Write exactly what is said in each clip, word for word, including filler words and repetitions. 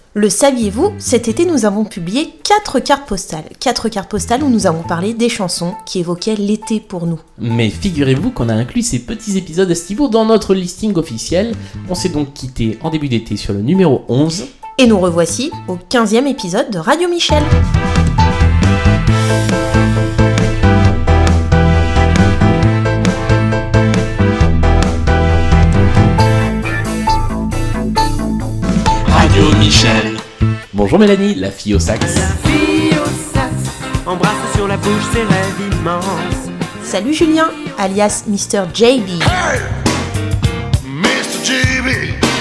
Le saviez-vous ? Cet été, nous avons publié quatre cartes postales. Quatre cartes postales où nous avons parlé des chansons qui évoquaient l'été pour nous. Mais figurez-vous qu'on a inclus ces petits épisodes estivaux dans notre listing officiel. On s'est donc quitté en début d'été sur le numéro onze. Et nous revoici au quinzième épisode de Radio Michel. Radio Michel. Bonjour Mélanie, la fille au sax. La fille au sax, embrasse sur la bouche ses rêves immenses. Salut Julien, alias mister J B. Hey, mister J B.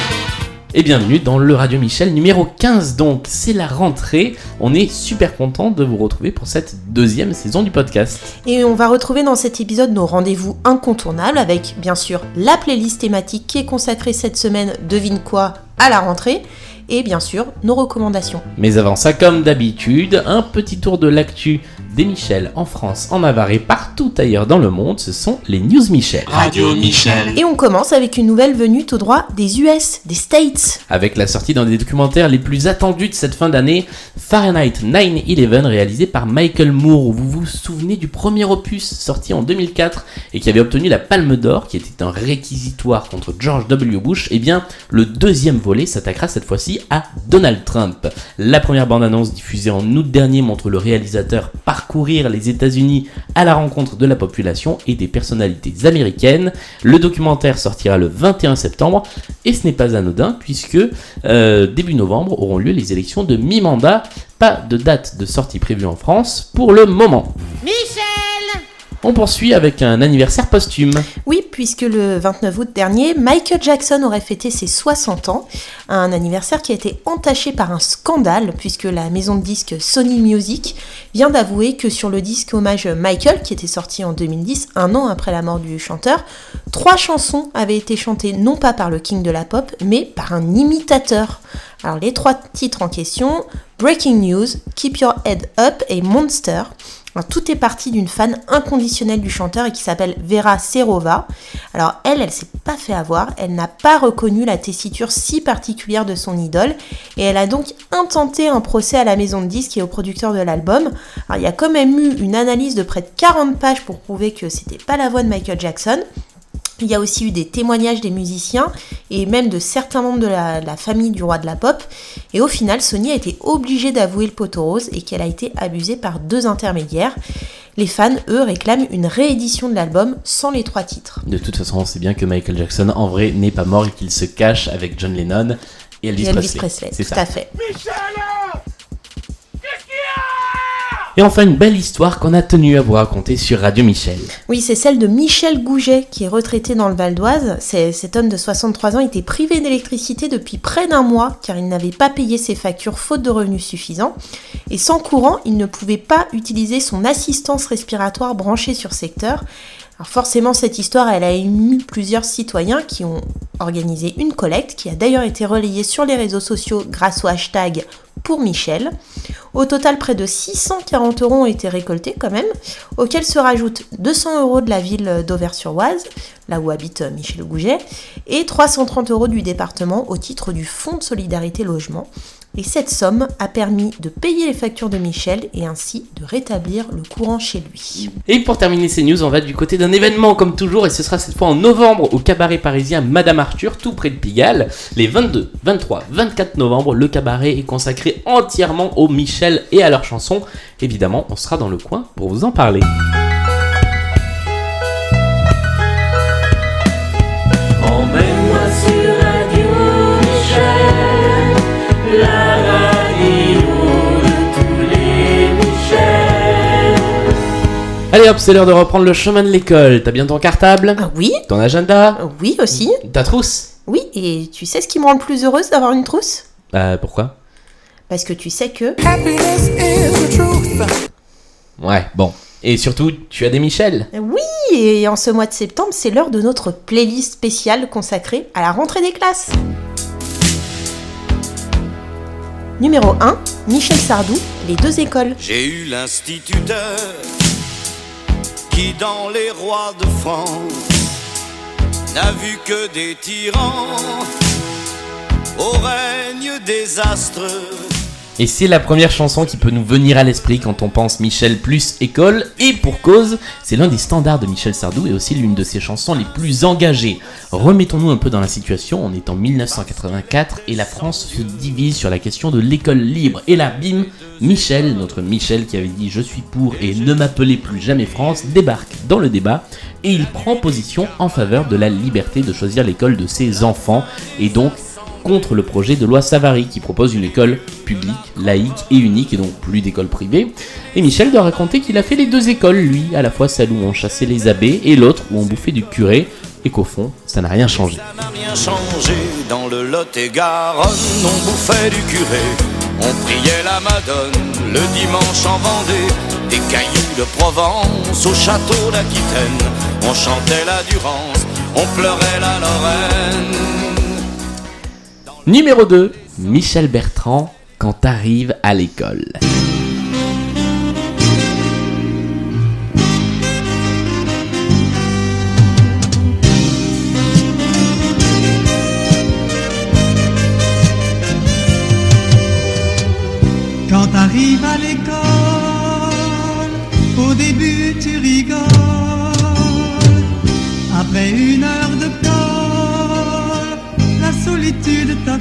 Et bienvenue dans le Radio Michel numéro quinze, donc c'est la rentrée. On est super content de vous retrouver pour cette deuxième saison du podcast. Et on va retrouver dans cet épisode nos rendez-vous incontournables avec bien sûr la playlist thématique qui est consacrée cette semaine, devine quoi, à la rentrée. Et bien sûr, nos recommandations. Mais avant ça, comme d'habitude, un petit tour de l'actu des Michel en France, en Navarre et partout ailleurs dans le monde, ce sont les News Michel. Radio Michel. Et on commence avec une nouvelle venue tout droit des U S, des States. Avec la sortie d'un des documentaires les plus attendus de cette fin d'année, Fahrenheit neuf onze, réalisé par Michael Moore. Vous vous souvenez du premier opus sorti en deux mille quatre et qui avait obtenu la Palme d'Or, qui était un réquisitoire contre George W. Bush. Eh bien, le deuxième volet s'attaquera cette fois-ci à Donald Trump. La première bande-annonce diffusée en août dernier montre le réalisateur parcourir les États-Unis à la rencontre de la population et des personnalités américaines. Le documentaire sortira le vingt et un septembre et ce n'est pas anodin puisque euh, début novembre auront lieu les élections de mi-mandat. Pas de date de sortie prévue en France pour le moment. Michel ! On poursuit avec un anniversaire posthume. Oui, puisque le vingt-neuf août dernier, Michael Jackson aurait fêté ses soixante ans, un anniversaire qui a été entaché par un scandale, puisque la maison de disques Sony Music vient d'avouer que sur le disque hommage Michael, qui était sorti en deux mille dix, un an après la mort du chanteur, trois chansons avaient été chantées non pas par le king de la pop, mais par un imitateur. Alors les trois titres en question, Breaking News, Keep Your Head Up et Monster. Alors, tout est parti d'une fan inconditionnelle du chanteur et qui s'appelle Vera Serova. Alors elle, elle s'est pas fait avoir, elle n'a pas reconnu la tessiture si particulière de son idole et elle a donc intenté un procès à la maison de disques et au producteur de l'album. Alors il y a quand même eu une analyse de près de quarante pages pour prouver que c'était pas la voix de Michael Jackson. Il y a aussi eu des témoignages des musiciens et même de certains membres de la, la famille du roi de la pop. Et au final, Sony a été obligée d'avouer le poteau rose et qu'elle a été abusée par deux intermédiaires. Les fans, eux, réclament une réédition de l'album sans les trois titres. De toute façon, on sait bien que Michael Jackson, en vrai, n'est pas mort et qu'il se cache avec John Lennon et Elvis, et Elvis Presley. Presley. C'est tout ça. à fait. Michel, qu'est-ce qu'il y a? Et enfin, une belle histoire qu'on a tenu à vous raconter sur Radio Michel. Oui, c'est celle de Michel Gouget, qui est retraité dans le Val d'Oise. C'est, cet homme de soixante-trois ans était privé d'électricité depuis près d'un mois, car il n'avait pas payé ses factures faute de revenus suffisants. Et sans courant, il ne pouvait pas utiliser son assistance respiratoire branchée sur secteur. Alors forcément, cette histoire, elle a ému plusieurs citoyens qui ont organisé une collecte, qui a d'ailleurs été relayée sur les réseaux sociaux grâce au hashtag pour Michel. Au total, près de six cent quarante euros ont été récoltés quand même, auxquels se rajoutent deux cents euros de la ville d'Auvers-sur-Oise, là où habite Michel Gouget, et trois cent trente euros du département au titre du Fonds de solidarité logement. Et cette somme a permis de payer les factures de Michel et ainsi de rétablir le courant chez lui. Et pour terminer ces news, on va du côté d'un événement comme toujours et ce sera cette fois en novembre au cabaret parisien Madame Arthur, tout près de Pigalle. Les vingt-deux, vingt-trois, vingt-quatre novembre, le cabaret est consacré entièrement aux Michel et à leurs chansons. Évidemment, on sera dans le coin pour vous en parler. Emmène-moi sur Radio Michel, la radio de tous les Michel. Allez hop, c'est l'heure de reprendre le chemin de l'école. T'as bien ton cartable ? Ah oui, Ton agenda ? oui aussi. Ta trousse ? Oui, et tu sais ce qui me rend le plus heureuse d'avoir une trousse ? Euh, pourquoi ? Parce que tu sais que... Happiness is the truth. Ouais, bon. Et surtout, tu as des Michel. Oui, et en ce mois de septembre, c'est l'heure de notre playlist spéciale consacrée à la rentrée des classes. Numéro un, Michel Sardou, Les deux écoles. J'ai eu l'instituteur qui dans les rois de France n'a vu que des tyrans au règne désastreux. Et c'est la première chanson qui peut nous venir à l'esprit quand on pense Michel plus école, et pour cause, c'est l'un des standards de Michel Sardou et aussi l'une de ses chansons les plus engagées. Remettons-nous un peu dans la situation, on est en dix-neuf cent quatre-vingt-quatre et la France se divise sur la question de l'école libre. Et là, bim, Michel, notre Michel qui avait dit « je suis pour et ne m'appelez plus jamais France », débarque dans le débat et il prend position en faveur de la liberté de choisir l'école de ses enfants et donc contre le projet de loi Savary qui propose une école publique, laïque et unique et donc plus d'écoles privées. Et Michel doit raconter qu'il a fait les deux écoles, lui, à la fois celle où on chassait les abbés et l'autre où on bouffait du curé, et qu'au fond, ça n'a rien changé. Ça n'a rien changé, dans le Lot-et-Garonne, on bouffait du curé, on priait la Madone, le dimanche en Vendée, des cailloux de Provence au château d'Aquitaine, on chantait la Durance, on pleurait la Lorraine. Numéro deux, Michel Bertrand, quand t'arrives à l'école. Quand t'arrives à l'école, au début tu rigoles. Après une heure de colle, la solitude t'affole.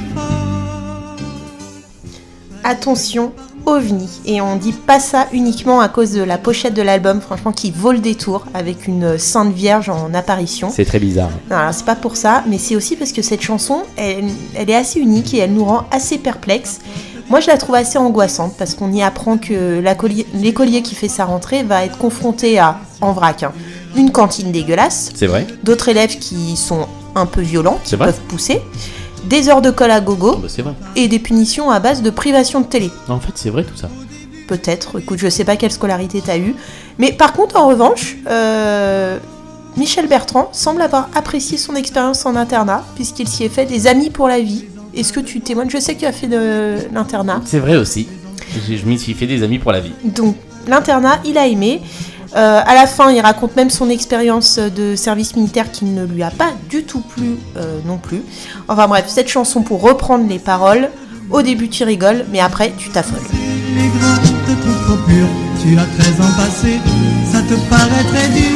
Attention, OVNI. Et on dit pas ça uniquement à cause de la pochette de l'album, franchement, qui vaut le détour avec une Sainte Vierge en apparition. C'est très bizarre. Non, alors c'est pas pour ça, mais c'est aussi parce que cette chanson, elle, elle est assez unique et elle nous rend assez perplexes. Moi, je la trouve assez angoissante parce qu'on y apprend que l'écolier qui fait sa rentrée va être confronté à, en vrac, hein, une cantine dégueulasse. C'est vrai. D'autres élèves qui sont un peu violents, qui C'est vrai. peuvent pousser. Des heures de colle à gogo. Oh bah c'est vrai. Et des punitions à base de privation de télé. En fait, c'est vrai tout ça. Peut-être, écoute, je sais pas quelle scolarité t'as eu. Mais par contre, en revanche, euh, Michel Bertrand semble avoir apprécié son expérience en internat, puisqu'il s'y est fait des amis pour la vie. Est-ce que tu témoignes ? Je sais que tu as fait de l'internat. C'est vrai aussi. Je, je m'y suis fait des amis pour la vie. Donc, l'internat, il a aimé. Euh, à la fin, il raconte même son expérience de service militaire qui ne lui a pas du tout plu euh, non plus. Enfin bref, cette chanson, pour reprendre les paroles, au début tu rigoles, mais après tu t'affoles. Les grands te trouvent trop pur, tu as treize ans passés, ça te paraît très dur.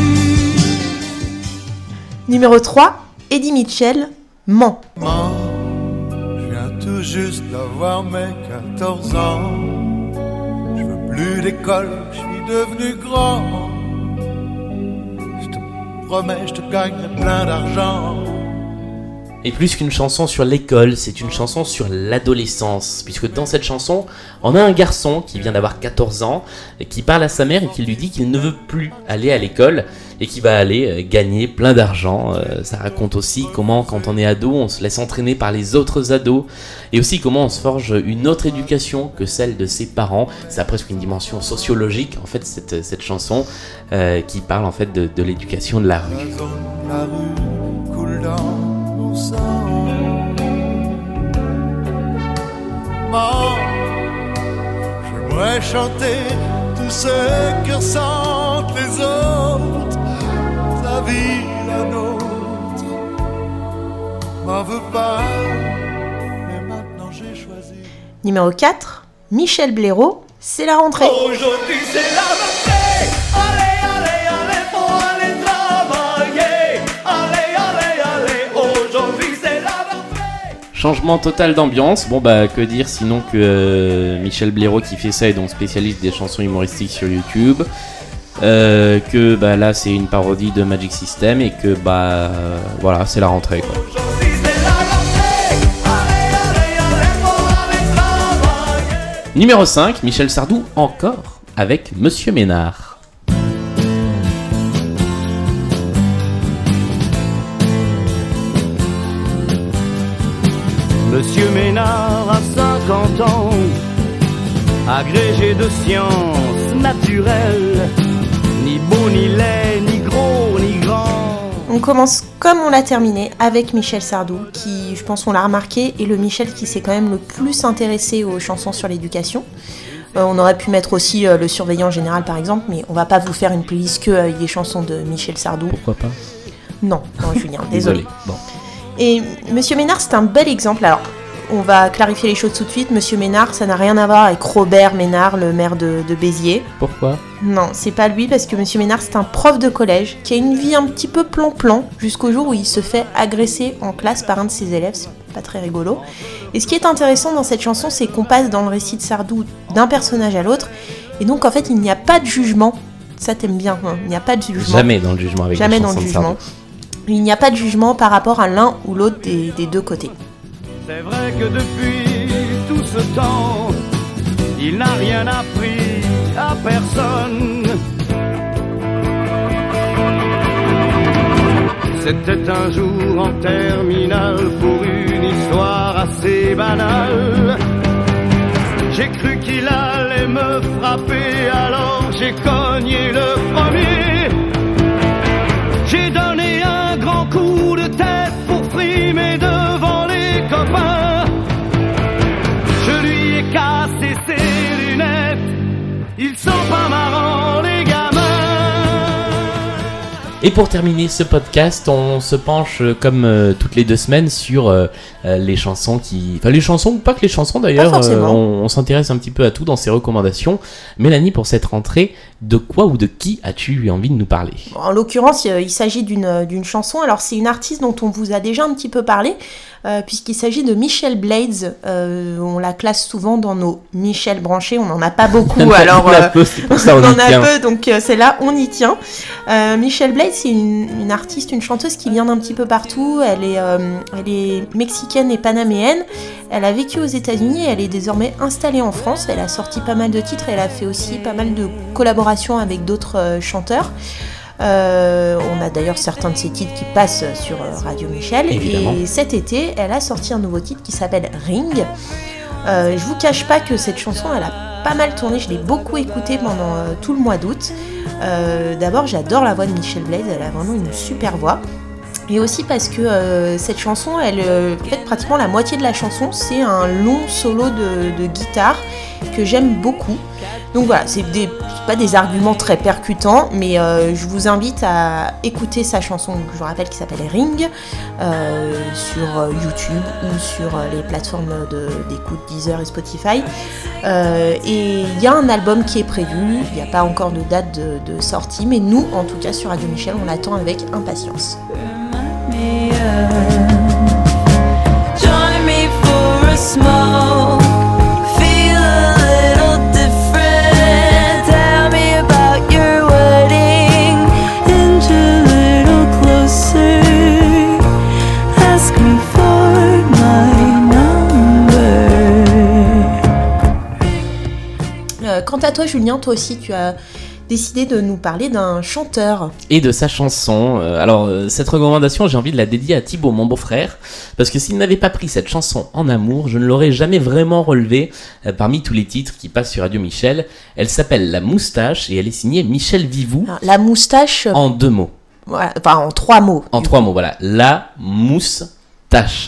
Numéro trois, Eddie Mitchell, Ment. Maman, je viens tout juste d'avoir mes quatorze ans. Je veux plus d'école, je suis devenu grand. Je te promets, je te gagnerai plein d'argent. Et plus qu'une chanson sur l'école, c'est une chanson sur l'adolescence. Puisque dans cette chanson, on a un garçon qui vient d'avoir quatorze ans, qui parle à sa mère et qui lui dit qu'il ne veut plus aller à l'école et qu'il va aller euh, gagner plein d'argent. Euh, ça raconte aussi comment, quand on est ado, on se laisse entraîner par les autres ados. Et aussi comment on se forge une autre éducation que celle de ses parents. Ça a presque une dimension sociologique, en fait, cette, cette chanson euh, qui parle en fait de, de l'éducation de la rue. La zone, la rue coule dans nos sangs. Maman, j'aimerais chanter tout ce que ressentent les autres. Ta vie, la nôtre, m'en veux pas, mais maintenant j'ai choisi. Numéro quatre, Michel Blaireau, c'est la rentrée. Aujourd'hui c'est la rentrée. Allez, allez, allez, faut aller travailler. Allez, allez, allez, aujourd'hui c'est la rentrée. Changement total d'ambiance. Bon bah que dire sinon que euh, Michel Blaireau qui fait ça est donc spécialiste des chansons humoristiques sur YouTube. Euh, que bah là c'est une parodie de Magic System et que bah euh, voilà c'est la rentrée quoi. Aujourd'hui c'est la rentrée. Allez, allez, allez, faut aller travailler. Numéro cinq, Michel Sardou encore avec Monsieur Ménard. Monsieur Ménard a cinquante ans, agrégé de sciences naturelles, ni beau ni laid, ni gros ni grand. On commence comme on l'a terminé avec Michel Sardou, qui, je pense on l'a remarqué, est le Michel qui s'est quand même le plus intéressé aux chansons sur l'éducation. Euh, on aurait pu mettre aussi euh, Le Surveillant Général par exemple, mais on va pas vous faire une playlist que avec des chansons de Michel Sardou. Pourquoi pas? Non, non Julien, désolé. Bon. Et Monsieur Ménard, c'est un bel exemple. Alors, on va clarifier les choses tout de suite. Monsieur Ménard, ça n'a rien à voir avec Robert Ménard, le maire de, de Béziers. Pourquoi ? Non, c'est pas lui, parce que Monsieur Ménard, c'est un prof de collège qui a une vie un petit peu plan-plan, jusqu'au jour où il se fait agresser en classe par un de ses élèves. C'est pas très rigolo. Et ce qui est intéressant dans cette chanson, c'est qu'on passe dans le récit de Sardou d'un personnage à l'autre. Et donc, en fait, il n'y a pas de jugement. Ça, t'aimes bien, hein. Il n'y a pas de jugement. Jamais dans le jugement avec Jamais les dans chansons le de jugement. Sardou. Il n'y a pas de jugement par rapport à l'un ou l'autre des, des deux côtés. C'est vrai que depuis tout ce temps, il n'a rien appris à personne. C'était un jour en terminale pour une histoire assez banale. J'ai cru qu'il allait me frapper, alors j'ai cogné le premier. J'ai donné un grand coup de tête pour frimer devant les copains. Je lui ai cassé ses lunettes, ils sont pas marrants les gamins. Et pour terminer ce podcast, on se penche euh, comme euh, toutes les deux semaines sur euh, euh, les chansons qui... Enfin les chansons, ou pas que les chansons d'ailleurs, Pas forcément. on, on s'intéresse un petit peu à tout dans ces recommandations. Mélanie, pour cette rentrée, de quoi ou de qui as-tu eu envie de nous parler ? En l'occurrence, il s'agit d'une, d'une chanson. Alors, c'est une artiste dont on vous a déjà un petit peu parlé, euh, puisqu'il s'agit de Michelle Blades. Euh, on la classe souvent dans nos Michel branchés. On n'en a pas beaucoup, alors on en a euh, peu, c'est pour ça on on en y a tient. peu, donc euh, c'est là, on y tient. Euh, Michelle Blades, c'est une, une artiste, une chanteuse qui vient d'un petit peu partout. Elle est, euh, elle est mexicaine et panaméenne. Elle a vécu aux États-Unis et elle est désormais installée en France. Elle a sorti pas mal de titres et elle a fait aussi pas mal de collaborations avec d'autres euh, chanteurs. Euh, on a d'ailleurs certains de ses titres qui passent sur euh, Radio Michel. Évidemment. Et cet été, elle a sorti un nouveau titre qui s'appelle Ring. Euh, je vous cache pas que cette chanson, elle a pas mal tourné. Je l'ai beaucoup écoutée pendant euh, tout le mois d'août. Euh, d'abord, j'adore la voix de Michelle Blades. Elle a vraiment une super voix. Et aussi parce que euh, cette chanson, elle, euh, en fait, pratiquement la moitié de la chanson, c'est un long solo de, de guitare que j'aime beaucoup. Donc voilà, c'est, des, c'est pas des arguments très percutants, mais euh, je vous invite à écouter sa chanson, que je vous rappelle, qui s'appelle Ring, euh, sur YouTube ou sur les plateformes de, d'écoute Deezer et Spotify. Euh, et il y a un album qui est prévu, il n'y a pas encore de date de, de sortie, mais nous, en tout cas, sur Radio Michel, on l'attend avec impatience. Me up. Join me for a smoke. Feel a little different. Tell me about your wedding. Inch a little closer. Ask me for my number. Euh, quant à toi, Julien, toi aussi, tu as décidé de nous parler d'un chanteur. Et de sa chanson. Euh, alors, euh, cette recommandation, j'ai envie de la dédier à Thibaut, mon beau-frère, parce que s'il n'avait pas pris cette chanson en amour, je ne l'aurais jamais vraiment relevée euh, parmi tous les titres qui passent sur Radio Michel. Elle s'appelle La Moustache et elle est signée Michel Vivou. Alors, la moustache, En deux mots. voilà, enfin en trois mots. En trois mots, voilà. La Moustache.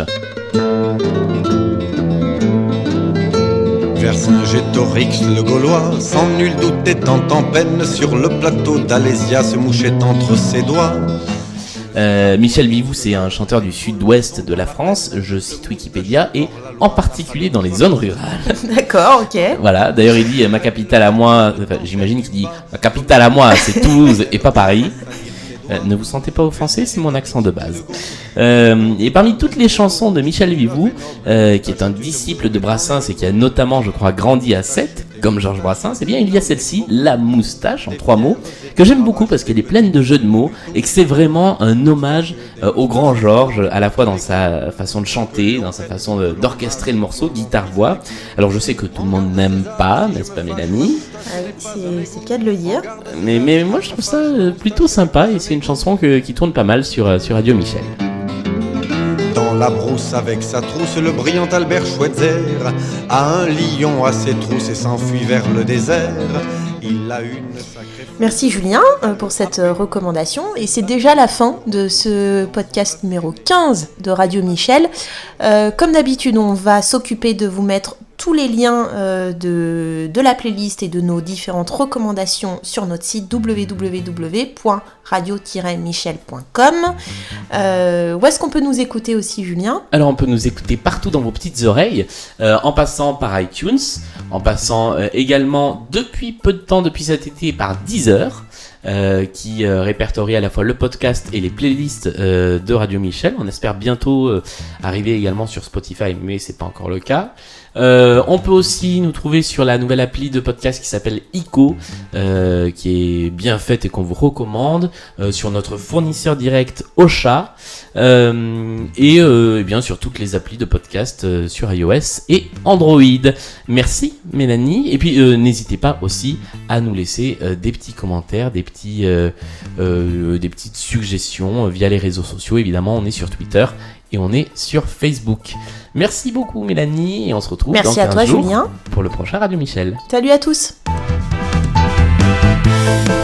Vercingétorix le Gaulois, sans nul doute étant en peine, sur le plateau d'Alésia se mouchait entre ses doigts. Euh, Michel Vivou, c'est un chanteur du sud-ouest de la France, je cite Wikipédia, et en particulier dans les zones rurales. D'accord, ok. Voilà, d'ailleurs il dit euh, ma capitale à moi, enfin, j'imagine qu'il dit ma capitale à moi c'est Toulouse et pas Paris. Euh, ne vous sentez pas offensé, c'est mon accent de base. Euh, et parmi toutes les chansons de Michel Vivou, euh, qui est un disciple de Brassens et qui a notamment, je crois, grandi à Sète, comme Georges Brassens, eh bien il y a celle-ci, La Moustache, en trois mots, que j'aime beaucoup parce qu'elle est pleine de jeux de mots et que c'est vraiment un hommage euh, au grand Georges, à la fois dans sa façon de chanter, dans sa façon de, d'orchestrer le morceau, guitare-voix. Alors je sais que tout le monde n'aime pas, n'est-ce pas Mélanie ? Ah oui, c'est, c'est le cas de le dire. Mais, mais moi je trouve ça euh, plutôt sympa et c'est une chanson que, qui tourne pas mal sur, euh, sur Radio Michel. Dans la brousse avec sa trousse, le brillant Albert Schweitzer a un lion à ses trousses et s'enfuit vers le désert. Il a une sacrée... Merci Julien euh, pour cette euh, recommandation. Et c'est déjà la fin de ce podcast numéro quinze de Radio Michel. Euh, comme d'habitude, on va s'occuper de vous mettre tous les liens euh, de, de la playlist et de nos différentes recommandations sur notre site w w w point radio tiret michel point com. Euh, où est-ce qu'on peut nous écouter aussi, Julien ? Alors on peut nous écouter partout dans vos petites oreilles, euh, en passant par iTunes, en passant euh, également depuis peu de temps, depuis cet été, par Deezer, euh, qui euh, répertorie à la fois le podcast et les playlists euh, de Radio Michel. On espère bientôt euh, arriver également sur Spotify, mais c'est pas encore le cas. Euh, on peut aussi nous trouver sur la nouvelle appli de podcast qui s'appelle Ico, euh, qui est bien faite et qu'on vous recommande, euh, sur notre fournisseur direct Ocha, euh, et, euh, et bien sur toutes les applis de podcast euh, sur iOS et Android. Merci Mélanie, et puis euh, n'hésitez pas aussi à nous laisser euh, des petits commentaires, des petits, euh, euh, des petites suggestions euh, via les réseaux sociaux. Évidemment, on est sur Twitter et on est sur Facebook. Merci beaucoup Mélanie, et on se retrouve Merci dans à quinze toi, jours Julien. pour le prochain Radio Michel. Salut à tous.